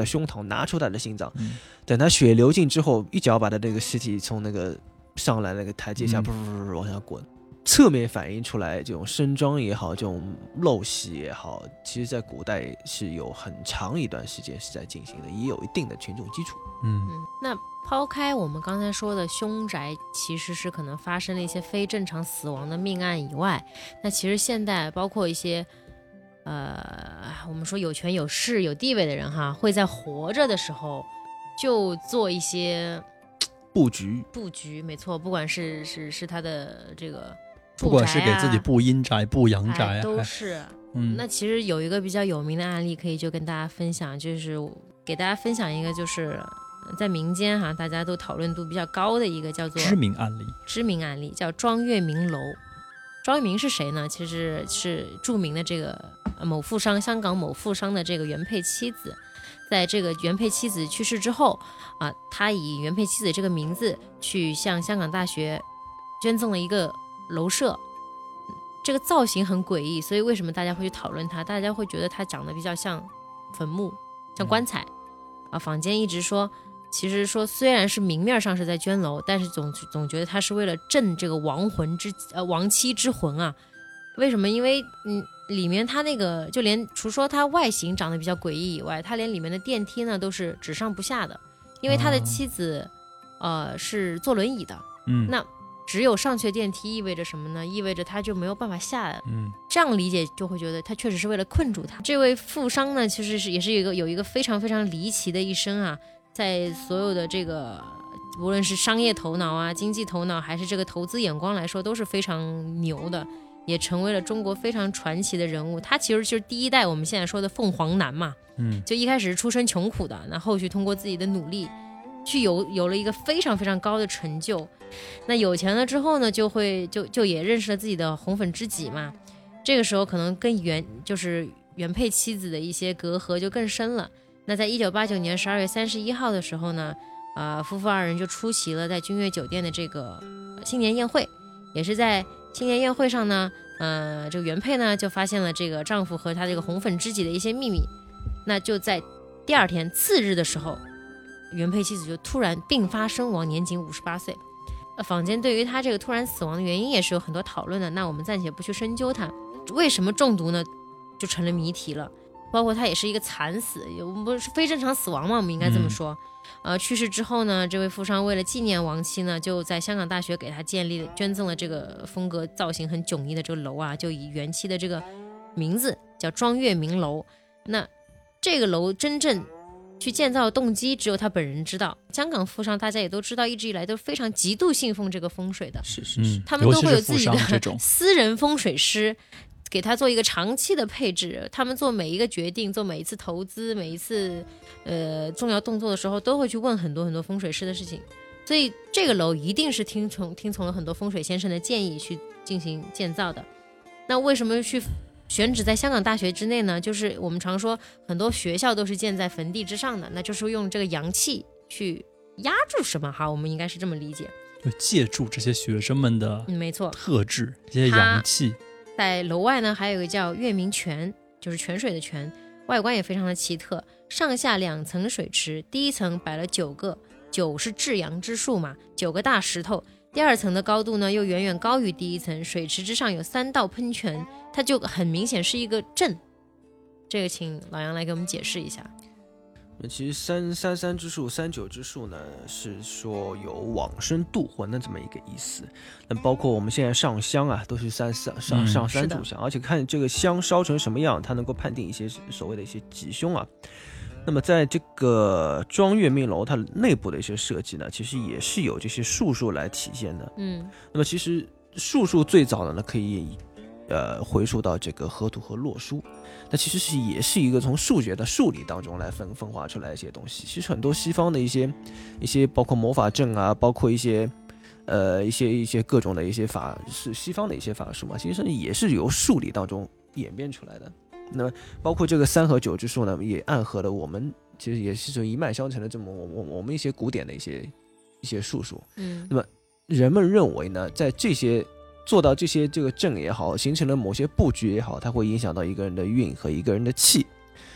胸膛，拿出他的心脏，等他血流尽之后，一脚把他那个尸体从那个上来那个台阶下往下滚。侧面反映出来这种生装也好，这种陋习也好，其实在古代是有很长一段时间是在进行的，也有一定的群众基础。 那抛开我们刚才说的凶宅其实是可能发生了一些非正常死亡的命案以外，那其实现代包括一些我们说有权有势有地位的人哈，会在活着的时候就做一些布局，没错，不管是他的这个不管是给自己布阴宅布阳宅都是。那其实有一个比较有名的案例可以就跟大家分享，就是给大家分享一个就是在民间哈大家都讨论度比较高的一个叫做知名案例叫庄月明楼。庄月明是谁呢？其实是著名的这个某富商，香港某富商的这个原配妻子。在这个原配妻子去世之后他以原配妻子这个名字去向香港大学捐赠了一个楼舍。这个造型很诡异，所以为什么大家会去讨论它？大家会觉得它长得比较像坟墓，像棺材坊间一直说，其实说虽然是明面上是在捐楼，但是总觉得它是为了镇这个亡妻之魂啊。为什么？因为里面它那个就连除说它外形长得比较诡异以外，它连里面的电梯呢都是只上不下的，因为他的妻子是坐轮椅的。那只有上去电梯意味着什么呢？意味着他就没有办法下来。这样理解就会觉得他确实是为了困住他。这位富商呢，其实也是有一个非常非常离奇的一生啊，在所有的这个无论是商业头脑经济头脑还是这个投资眼光来说，都是非常牛的，也成为了中国非常传奇的人物。他其实就是第一代我们现在说的凤凰男嘛。就一开始是出身穷苦的，那后续通过自己的努力去有了一个非常非常高的成就。那有钱了之后呢，就也认识了自己的红粉知己嘛。这个时候可能跟原配妻子的一些隔阂就更深了。那在1989年12月31号的时候呢，夫妇二人就出席了在君悦酒店的这个新年宴会。也是在新年宴会上呢，这个原配呢就发现了这个丈夫和他这个红粉知己的一些秘密。那就在第二天次日的时候，原配妻子就突然病发身亡，年仅58岁。坊间对于他这个突然死亡的原因也是有很多讨论的，那我们暂且不去深究它。为什么中毒呢，就成了谜题了。包括他也是一个惨死，不是非正常死亡嘛，我们应该这么说。去世之后呢，这位富商为了纪念亡妻呢，就在香港大学给他捐赠了这个风格造型很迥异的这个楼就以原妻的这个名字叫庄月明楼。那这个楼真正去建造的动机只有他本人知道。香港富商大家也都知道，一直以来都非常极度信奉这个风水的， 是他们都会有自己的私人风水师，给他做一个长期的配置。他们做每一个决定，做每一次投资，每一次重要动作的时候，都会去问很多很多风水师的事情。所以这个楼一定是听从了很多风水先生的建议去进行建造的。那为什么去选址在香港大学之内呢？就是我们常说很多学校都是建在坟地之上的，那就是用这个阳气去压住什么哈，我们应该是这么理解， 就借助这些学生们的没错特质，这些阳气。 在楼外呢还有一个叫月明泉，就是泉水的泉，外观也非常的奇特，上下2层水池，第一层摆了9个，9是至阳之数嘛，9个大石头。第二层的高度呢又远远高于第一层，水池之上有3道喷泉，它就很明显是一个阵。这个请老杨来给我们解释一下。 其实333之数39之数呢，是说有往生渡魂的这么一个意思。那包括我们现在上香都是上3炷香，而且看这个香烧成什么样，它能够判定一些所谓的一些吉凶那么在这个庄月明楼它内部的一些设计呢，其实也是有这些术数来体现的。那么其实术数最早的呢，可以回溯到这个河图和洛书，那其实也是一个从数学的数理当中来分化出来一些东西。其实很多西方的一些包括魔法阵包括一些各种的一些是西方的一些法术嘛，其实也是由数理当中演变出来的。那包括这个3和9之数呢，也暗合了我们其实也是这一脉相承的这么我们一些古典的一些术数。那么人们认为呢，在这些做到这些这个阵也好，形成了某些布局也好，它会影响到一个人的运和一个人的气。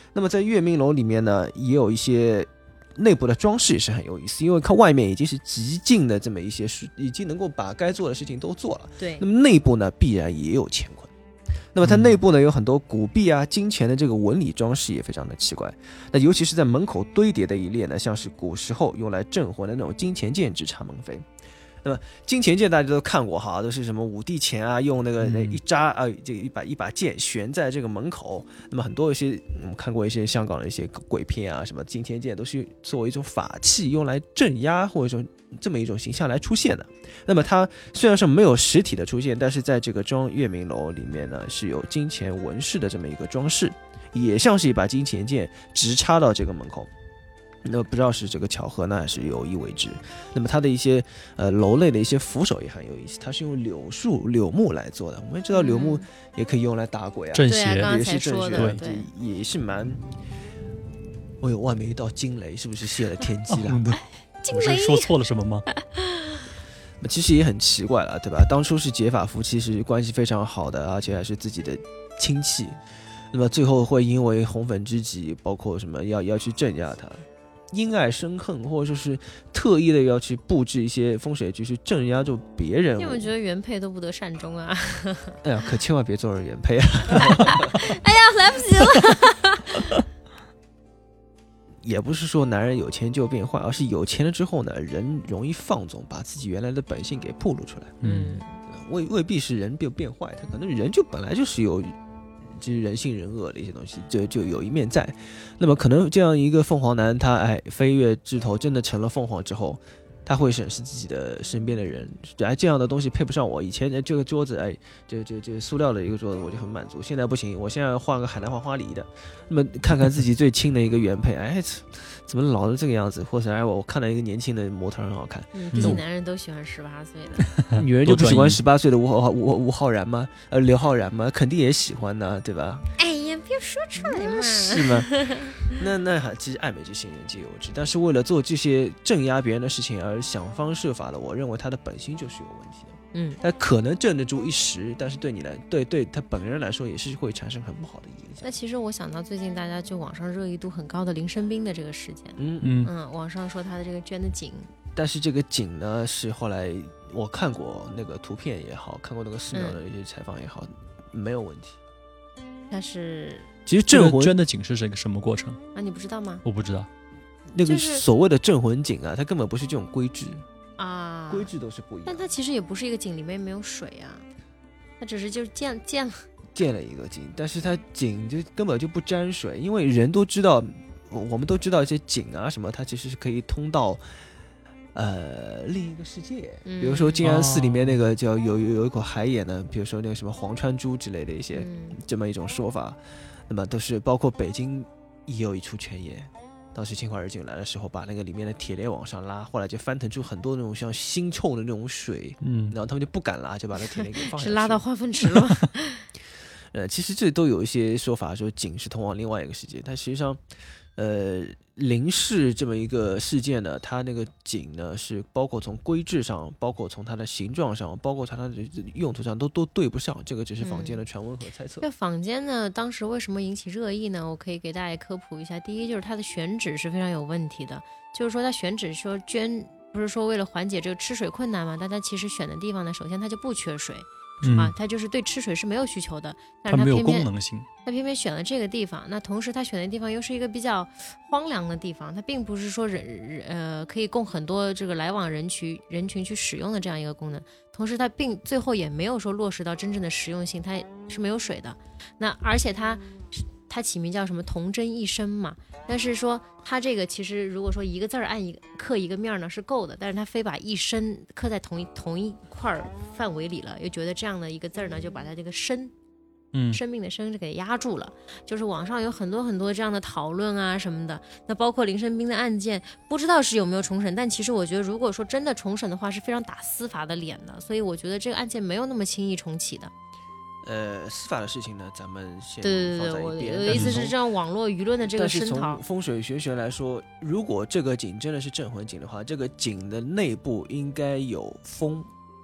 那么在月明楼里面呢，也有一些内部的装饰也是很有意思，因为看外面已经是极尽的这么一些已经能够把该做的事情都做了。 对， 那么内部呢必然也有乾坤。那么它内部呢有很多古币啊、金钱的这个纹理装饰也非常的奇怪。那尤其是在门口堆叠的一列呢，像是古时候用来镇魂的那种金钱剑直插门扉。那么金钱剑大家都看过哈，都是什么武帝钱啊，用那个一扎啊，这一把剑悬在这个门口。那么很多一些我们看过一些香港的一些鬼片啊，什么金钱剑都是作为一种法器用来镇压或者说这么一种形象来出现的。那么它虽然是没有实体的出现，但是在这个装月明楼里面呢，是有金钱纹饰的这么一个装饰，也像是一把金钱剑直插到这个门口。那不知道是这个巧合呢，还是有意为之。那么它的一些楼类的一些扶手也很有意思，它是用柳木来做的。我们知道柳木也可以用来打鬼啊， 正对啊， 邪刚刚也是才说正的， 确，也是蛮。哎呦，外面一道惊雷，是不是泄了天机了？ 惊雷我是说错了什么吗？ 其实也很奇怪了，对吧？当初是结发夫妻，是关系非常好的，而且还是自己的亲戚。那么最后会因为红粉知己，包括什么要去镇压他。因爱生恨，或者说是特意的要去布置一些风水局去镇压住别人。 因为我觉得原配都不得善终啊！ 哎呀，可千万别做人原配啊！ 哎呀，来不及了。 也不是说男人有钱就变坏，而是有钱了之后呢，人容易放纵，把自己原来的本性给暴露出来。未必是人变坏，他可能人就本来就是有。就是人性人恶的一些东西，就有一面在。那么可能这样一个凤凰男，他飞跃枝头真的成了凤凰之后，他会审视自己的身边的人，这样的东西配不上我。以前这个桌子，这塑料的一个桌子我就很满足，现在不行，我现在要换个海南黄花梨的。那么看看自己最亲的一个原配，怎么老是这个样子？或者我看到一个年轻的模特很好看。 毕竟男人都喜欢18岁的， 女人就不喜欢18岁的吴浩然吗？刘昊然吗？肯定也喜欢呢，对吧？ 哎呀，不要说出来嘛。 是吗？那其实爱美之心人皆有之，但是为了做这些镇压别人的事情而想方设法的，我认为他的本心就是有问题的。他可能镇得住一时，但是对你来，对他本人来说也是会产生很不好的影响。 那其实我想到最近大家就网上热议度很高的林生斌的这个事件，网上说他的这个捐的井， 但是这个井呢，是后来我看过那个图片也好，看过那个寺庙的一些采访也好，没有问题。 但是其实镇魂捐的井是这个什么过程啊？你不知道吗？ 我不知道。 那个所谓的镇魂井啊，它根本不是这种规制啊， 规制都是不一样。 但它其实也不是一个井，里面没有水啊，它只是就是建了一个井，但是它井就根本就不沾水，因为人都知道，我们都知道一些井啊什么，它其实是可以通到另一个世界。比如说静安寺里面那个叫有一口海眼呢，比如说那个什么黄川珠之类的一些这么一种说法，那么都是包括北京也有一处泉眼。当时侵华日军来的时候，把那个里面的铁链往上拉，后来就翻腾出很多那种像腥臭的那种水，然后他们就不敢拉，就把那铁链给放下去。 是拉到化粪池了吗？ 其实这都有一些说法，说井是通往另外一个世界，但实际上，林氏这么一个事件呢，它那个井呢是包括从规制上，包括从它的形状上，包括它的用途上都对不上，这个只是坊间的传闻和猜测。 这坊间呢，当时为什么引起热议呢？我可以给大家科普一下。第一就是它的选址是非常有问题的，就是说它选址说捐不是说为了缓解这个吃水困难嘛，但它其实选的地方呢，首先它就不缺水。它就是对吃水是没有需求的，但是它没有功能性， 他偏偏选了这个地方。那同时他选的地方又是一个比较荒凉的地方，它并不是说可以供很多这个来往人群去使用的这样一个功能。同时它最后也没有说落实到真正的实用性，它是没有水的。那而且它起名叫什么童真一生嘛，但是说它这个其实如果说一个字刻一个面呢是够的，但是它非把一生刻在同一块范围里了，又觉得这样的一个字呢就把它这个生命的生给压住了。就是网上有很多很多这样的讨论啊什么的，那包括林生斌的案件不知道是有没有重审，但其实我觉得如果说真的重审的话是非常打司法的脸的，所以我觉得这个案件没有那么轻易重启的。 司法的事情呢，咱们先放在一边。我的意思是，这样网络舆论的这个声讨。 但是从风水玄学来说，如果这个井真的是镇魂井的话，这个井的内部应该有风，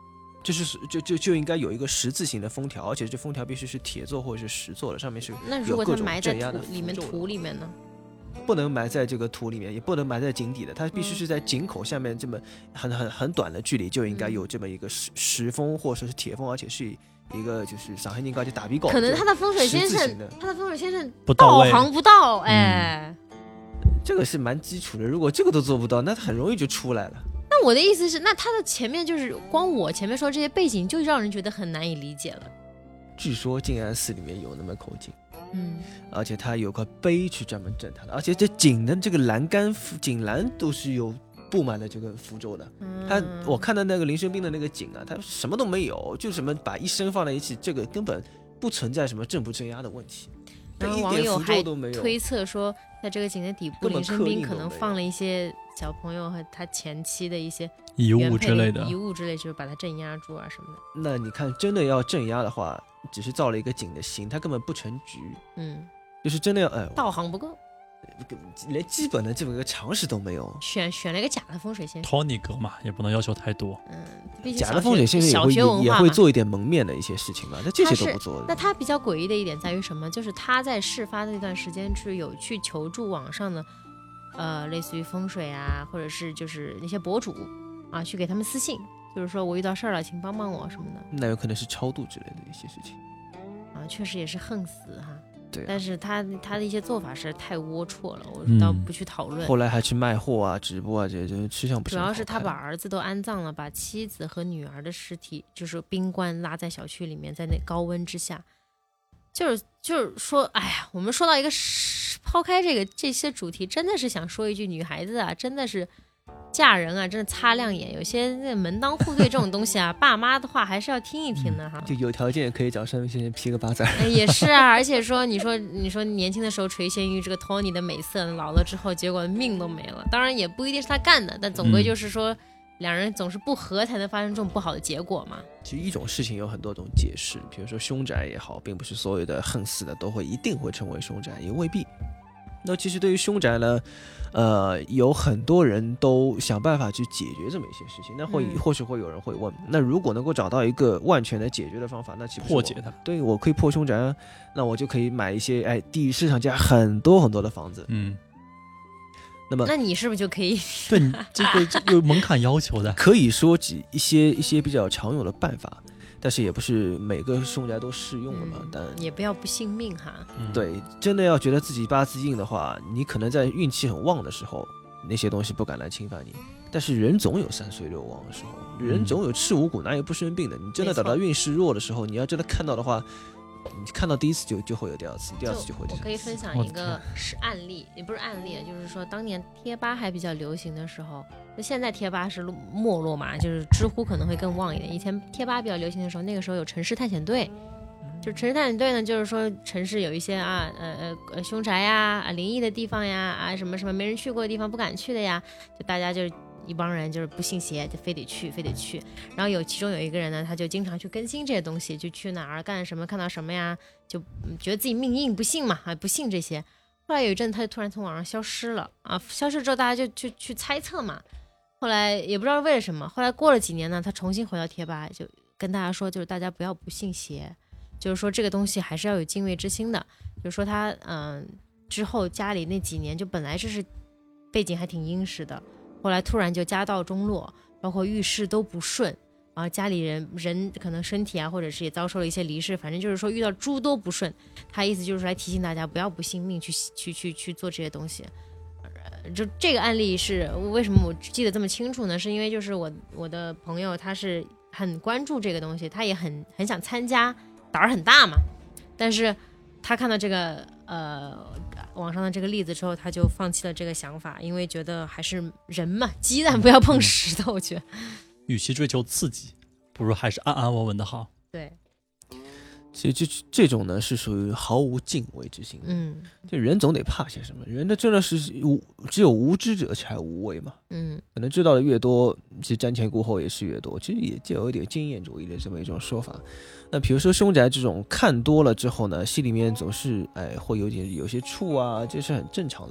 就应该有一个十字形的封条，而且这封条必须是铁做或者是石做的，上面是那如果它有各种埋在镇压的土里面呢？ 不能埋在这个土里面，也不能埋在井底的，它必须是在井口下面这么很短的距离就应该有这么一个石封或者是铁封，而且是一个就是上海人讲就大比高， 可能他的风水先生不到位， 道行不到，哎。 这个是蛮基础的，如果这个都做不到，那很容易就出来了。 那我的意思是，那他的前面就是光我前面说这些背景，就让人觉得很难以理解了。 据说静安寺里面有那么口井，而且它有块碑去专门镇它的，而且这井的这个栏杆、井栏都是有布满了这个符咒的。我看到那个林生斌的那个井啊，它什么都没有，就什么把一身放在一起，这个根本不存在什么镇不镇压的问题。 然后网友还推测说，在这个井的底部，林生斌可能放了一些小朋友和他前妻的一些遗物之类的， 就是把它镇压住啊什么的。 那你看，真的要镇压的话，只是造了一个井的形，它根本不成局。就是真的要道行不够， 连基本的这么一个常识都没有。 选了一个假的风水先生， 托尼格嘛，也不能要求太多。 毕竟假的风水先生也会做一点蒙面的一些事情嘛，那这些都不做的。 那他比较诡异的一点在于什么？就是他在事发的那段时间有去求助网上的，类似于风水啊，或者是就是那些博主啊，去给他们私信，就是说我遇到事儿了，请帮帮我什么的。 那有可能是超度之类的一些事情啊，确实也是横死哈。 对， 但是他的一些做法是太龌龊了，我倒不去讨论。 后来还去卖货啊、直播啊，这吃相不是。 主要是他把儿子都安葬了，把妻子和女儿的尸体就是冰棺拉在小区里面，在那高温之下，就是说，哎呀，我们说到一个抛开这些主题，真的是想说一句，女孩子啊，真的是嫁人啊，真的擦亮眼。有些门当户对这种东西啊，爸妈的话还是要听一听的哈。 就有条件可以找山东先生批个8字。 也是啊，而且说你说年轻的时候垂涎于这个托尼的美色，老了之后结果命都没了。当然也不一定是他干的，但总归就是说，两人总是不和才能发生这种不好的结果嘛。 其实一种事情有很多种解释，比如说凶宅也好，并不是所有的横死的都一定会成为凶宅，也未必。那其实对于凶宅呢，有很多人都想办法去解决这么一些事情。那或许会有人会问，那如果能够找到一个万全的解决的方法，那岂不是破解它？ 对，我可以破凶宅啊，那我就可以买一些地市场价很多很多的房子。 那你是不是就可以？ 对，这个有门槛要求的。 可以说一些比较常用的办法。但是也不是每个凶宅都适用的嘛，但也不要不信命哈。 对，真的要觉得自己八字硬的话，你可能在运气很旺的时候，那些东西不敢来侵犯你。但是人总有3岁6旺的时候，人总有赤五谷，哪有不生病的？你真的等到运势弱的时候，你要真的看到的话，你看到第一次就会有第二次，第二次就会。 我可以分享一个案例，也不是案例，就是说当年贴吧还比较流行的时候。那现在贴吧是没落嘛，就是知乎可能会更旺一点。以前贴吧比较流行的时候，那个时候有城市探险队，就城市探险队呢，就是说城市有一些凶宅呀、灵异的地方呀、什么什么没人去过的地方不敢去的呀，就大家就一帮人就是不信邪，就非得去。然后其中有一个人呢，他就经常去更新这些东西，就去哪儿干什么看到什么呀，就觉得自己命硬不信嘛，不信这些。后来有一阵他就突然从网上消失了啊，消失之后大家就去猜测嘛。后来也不知道为什么，后来过了几年呢，他重新回到贴吧，就跟大家说，就是大家不要不信邪，就是说这个东西还是要有敬畏之心的。就是说他之后家里那几年就本来就是背景还挺殷实的，后来突然就家道中落，包括遇事都不顺啊，家里人可能身体啊，或者是也遭受了一些离世，反正就是说遇到诸多不顺。他意思就是来提醒大家不要不信命去做这些东西。就这个案例是为什么我记得这么清楚呢？是因为就是我的朋友他是很关注这个东西，他也很想参加，胆儿很大嘛。但是他看到这个网上的这个例子之后，他就放弃了这个想法，因为觉得还是人嘛，鸡蛋不要碰石头。我觉得， 与其追求刺激，不如还是安安稳稳的好。 对。 其实这种呢是属于毫无敬畏之心，就人总得怕些什么，人的真的是只有无知者才无畏嘛，可能知道的越多，其实瞻前顾后也是越多，其实也就有一点经验主义的这么一种说法。那比如说凶宅这种看多了之后呢，心里面总是会有些怵啊，这是很正常的。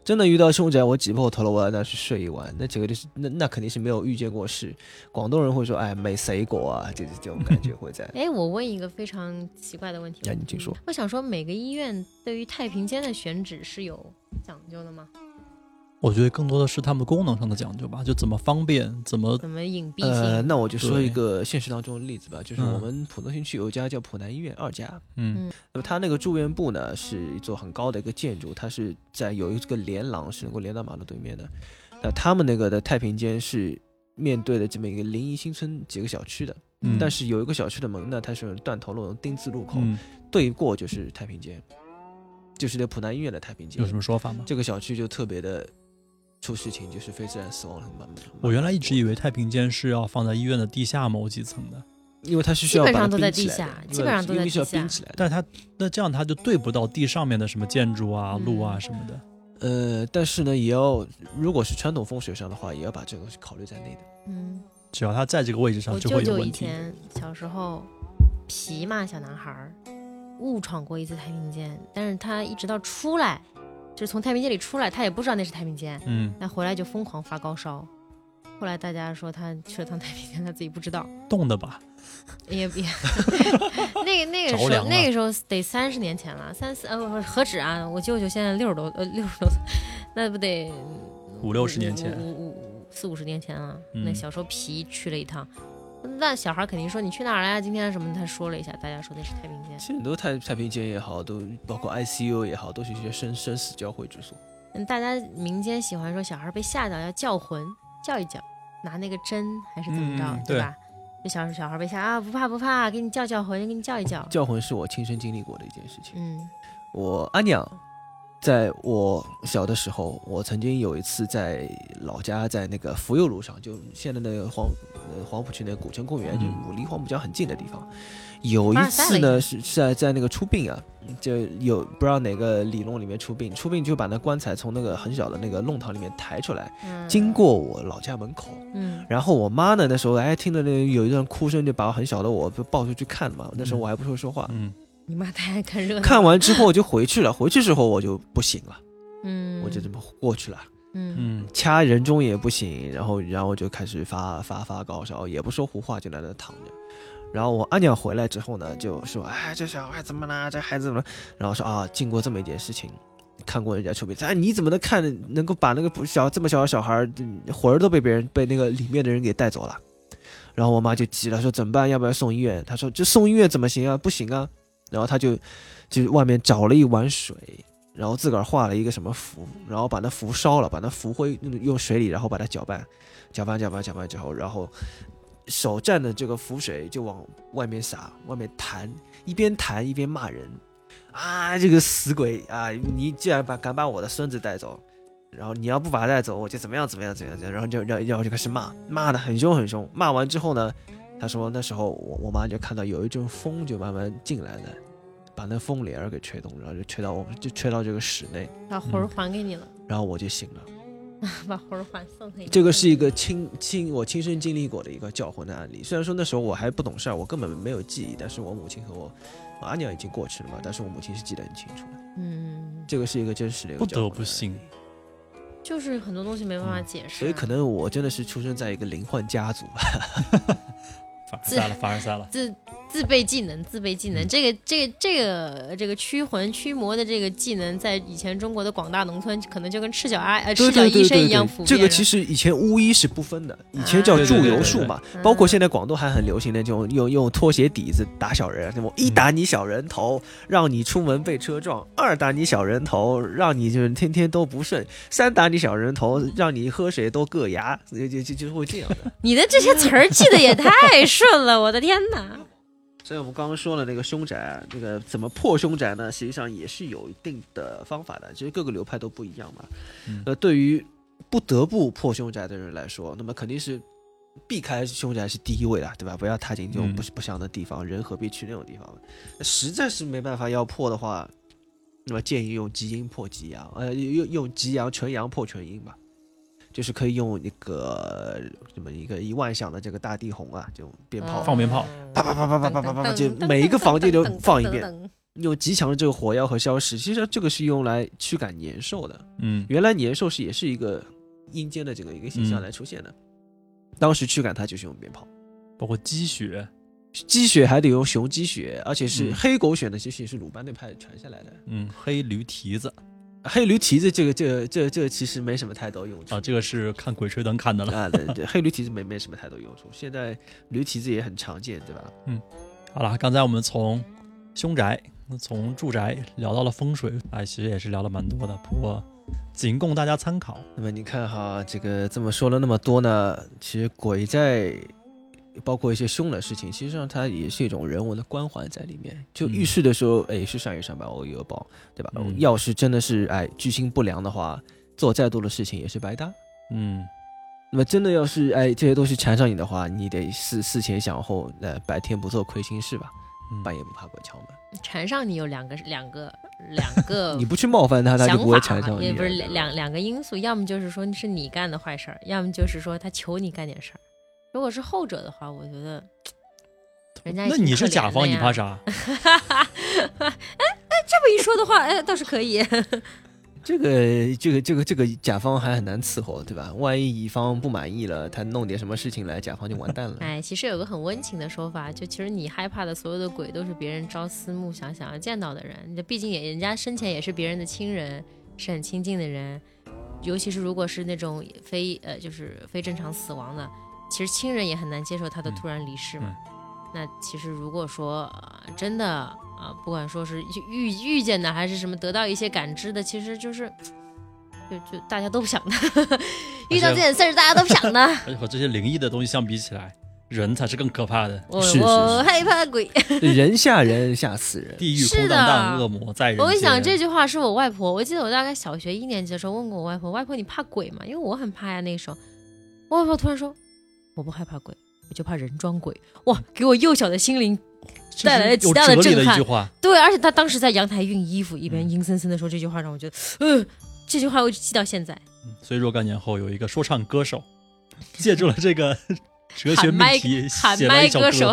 真的遇到凶宅，我挤破头了，我要那去睡一晚，那这个就是那肯定是没有遇见过事。广东人会说，哎，没死过啊，这种感觉会在。 哎，我问一个非常奇怪的问题， 那你请说。 我想说，每个医院对于太平间的选址是有讲究的吗？ 我觉得更多的是他们功能上的讲究吧，就怎么方便，怎么隐蔽性。 那我就说一个现实当中的例子吧，就是我们浦东新区有一家叫浦南医院2家，那么它那个住院部呢是一座很高的一个建筑，它是在有一个连廊是能够连到马路对面的。那他们那个的太平间是面对的这么一个临沂新村几个小区的，但是有一个小区的门呢，它是断头路丁字路口，对过就是太平间，就是那浦南医院的太平间。 有什么说法吗？ 这个小区就特别的出事情，就是非自然死亡了。 我原来一直以为太平间是要放在医院的地下某几层的， 因为它是需要基本上都在地下，基本上都在地下。 但是那这样它就对不到地上面的什么建筑啊、路啊什么的。 但是呢，也要如果是传统风水上的话，也要把这个东西考虑在内的。 只要它在这个位置上就会有问题。 我舅舅以前小时候皮嘛，小男孩误闯过一次太平间，但是他一直到出来，就是从太平间里出来，他也不知道那是太平间，但回来就疯狂发高烧。后来大家说他去了趟太平间，他自己不知道。 冻的吧？ 也那个时候得30年前了何止啊！我舅舅现在60多岁，那不得 50-60年前 ，40-50年前了。那小时候皮去了一趟，那小孩肯定说你去哪儿了呀？今天什么？他说了一下，大家说那是太平间。 其实很多太平间也好，都包括 ICU 也好，都是一些生死交汇之所。 大家民间喜欢说小孩被吓到要叫魂，叫一叫，拿那个针还是怎么着，对吧？就小孩被吓啊，不怕，给你叫魂，给你叫一叫。 叫魂是我亲身经历过的一件事情。我阿娘在我小的时候，我曾经有一次在老家，在那个福佑路上，就现在那个黄浦区那个古城公园，就离黄浦江很近的地方。有一次呢，是在那个出殡啊，就有不知道哪个里弄里面出殡就把那棺材从那个很小的那个弄堂里面抬出来，经过我老家门口。然后我妈呢，那时候听到那有一段哭声，就把很小的我就抱出去看嘛。那时候我还不会说话。 你妈太爱看热闹。看完之后就回去了，回去之后我就不行了。我就这么过去了。掐人中也不行，然后就开始发高烧，也不说胡话，就在那躺着。然后我阿娘回来之后呢，就说：“哎，这小孩怎么了？这孩子怎么了？”然后说：“啊，经过这么一件事情，看过人家出殡，哎，你怎么能够把那个这么小的小孩魂儿都被那个里面的人给带走了？”然后我妈就急了，说：“怎么办？要不要送医院？”她说：“这送医院怎么行啊？不行啊！”然后她就外面找了一碗水，然后自个儿画了一个什么符，然后把那符烧了，把那符灰用水里，然后把它搅拌之后，然后手蘸的这个符水就往外面洒，外面弹，一边弹一边骂人啊！这个死鬼啊！你既然敢把我的孙子带走，然后你要不把他带走，我就怎么样，然后就开始骂的很凶。骂完之后呢，他说那时候我妈就看到有一阵风就慢慢进来了，把那风帘儿给吹动，然后就吹到这个室内， 把魂儿还给你了， 然后我就醒了。 把魂儿还送给你。 这个是一个我亲身经历过的一个叫魂的案例。虽然说那时候我还不懂事儿，我根本没有记忆，但是我母亲和我阿娘已经过去了嘛，但是我母亲是记得很清楚的。这个是一个真实的一个叫魂的案例。 不得不信， 就是很多东西没办法解释， 所以可能我真的是出生在一个灵幻家族吧。 凡尔赛了， 自备技能，这个驱魂驱魔的这个技能，在以前中国的广大农村，可能就跟赤脚医生一样普遍。 这个其实以前巫医是不分的，以前叫祝由术嘛。包括现在广东还很流行的这种用拖鞋底子打小人，一打你小人头，让你出门被车撞；二打你小人头，让你就是天天都不顺；三打你小人头，让你喝水都硌牙，就会这样的。 你的这些词儿记得也太顺了，我的天哪！ 所以我们刚刚说了那个凶宅，这个怎么破凶宅呢？实际上也是有一定的方法的，其实各个流派都不一样嘛。对于不得不破凶宅的人来说，那么肯定是避开凶宅是第一位的，对吧？不要踏进这种不祥的地方，人何必去那种地方？实在是没办法要破的话，那么建议用吉阴破吉阳，用吉阳纯阳破纯阴吧。就是可以用一个这么一个1万响的这个大地红啊，就鞭炮， 放鞭炮， 啪，就每一个房间都放一遍， 有极强的这个火药和消食，其实这个是用来驱赶年兽的。原来年兽也是一个阴间的这个一个形象来出现的，当时驱赶它就是用鞭炮， 包括鸡血， 鸡血还得用雄鸡血，而且是黑狗血的，其实也是鲁班那派传下来的。 黑驴蹄子， 黑驴蹄子这个其实没什么太多用处啊，这个是看鬼吹灯看的了啊。对，黑驴蹄子没什么太多用处，现在驴蹄子也很常见，对吧？ 好了，刚才我们从凶宅、从住宅聊到了风水，其实也是聊了蛮多的，不过仅供大家参考。 那么你看哈，这么说了那么多呢，其实鬼在包括一些凶的事情，其实上它也是一种人文的关怀在里面。就遇事的时候，是善有善报，恶有恶报，对吧？要是真的是居心不良的话，做再多的事情也是白搭。那么真的要是这些东西缠上你的话，你得思前想后，白天不做亏心事吧，半夜不怕鬼敲门。 缠上你有两个你不去冒犯他，他就不会缠上你。 也不是两个因素，要么就是说是你干的坏事儿，要么就是说他求你干点事儿。如果是后者的话，我觉得人家那你是甲方，你怕啥？ 这么一说的话，倒是可以。 这个甲方还很难伺候，对吧？万一乙方不满意了，他弄点什么事情来，甲方就完蛋了。 其实有个很温情的说法，就其实你害怕的所有的鬼，都是别人朝思暮想要见到的人。毕竟人家生前也是别人的亲人，是很亲近的人。尤其是如果是那种就是非正常死亡的，其实亲人也很难接受他的突然离世嘛。那其实如果说真的不管说是遇见的还是什么得到一些感知的，其实就是就大家都不想的遇到这件事儿大家都不想的。 而且和这些灵异的东西相比起来，人才是更可怕的。 我害怕鬼人吓人吓死人， 地狱空荡荡，恶魔在人间。 我跟你讲，这句话是我外婆，我记得我大概小学1年级的时候问过我外婆，外婆你怕鬼吗？因为我很怕呀。那个时候我外婆突然说我不害怕鬼，我就怕人装鬼。哇，给我幼小的心灵带来了极大的震撼。 一句话， 对，而且他当时在阳台熨衣服，一边阴森森的说这句话，让我觉得这句话我就记到现在。 所以若干年后有一个说唱歌手借助了这个哲学命题写了一首歌。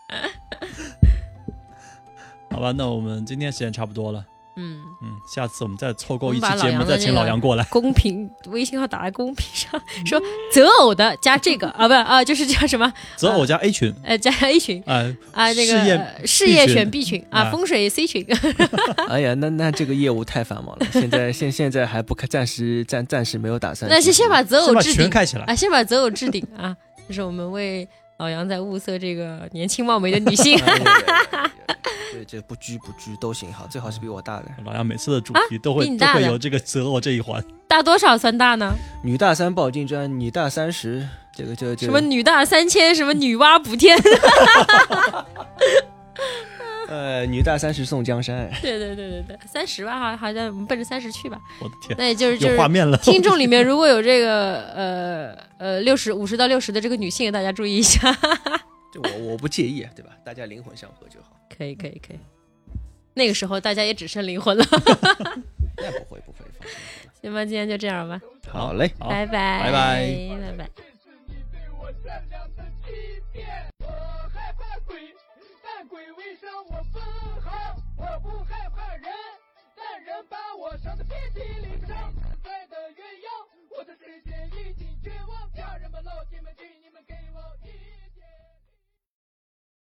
好吧，那我们今天时间差不多了。下次我们再凑够一期节目，再请老杨过来。 公屏微信号打在公屏上，说择偶的加这个就是叫什么？ 择偶加 A 群， 加 A 群那个事业选 B 群风水 C 群。 哎呀，那这个业务太繁忙了，现在还不开，暂时没有打算。 那先把择偶置顶开起来先把择偶置顶就是我们为老杨在物色这个年轻貌美的女性。 对，这不拘都行，好，最好是比我大的。 老杨每次的主题都会有这个择偶这一环。 大多少算大呢？ 女大3报金砖，女大30，这个什么女大3000，什么女娲补天。 女大30送江山。 对，30吧，好像我们奔着30去吧。 我的天， 那也就是有画面了。 听众里面如果有这个50到60的这个女性，大家注意一下。 我不介意，对吧？大家灵魂相合就好。 可以。那个时候大家也只剩灵魂了。 那不会，放心。 行吧，今天就这样吧。 好嘞， 拜拜。 拜拜。 鬼为生我分毫，我不害怕人，但人把我伤得遍体鳞伤。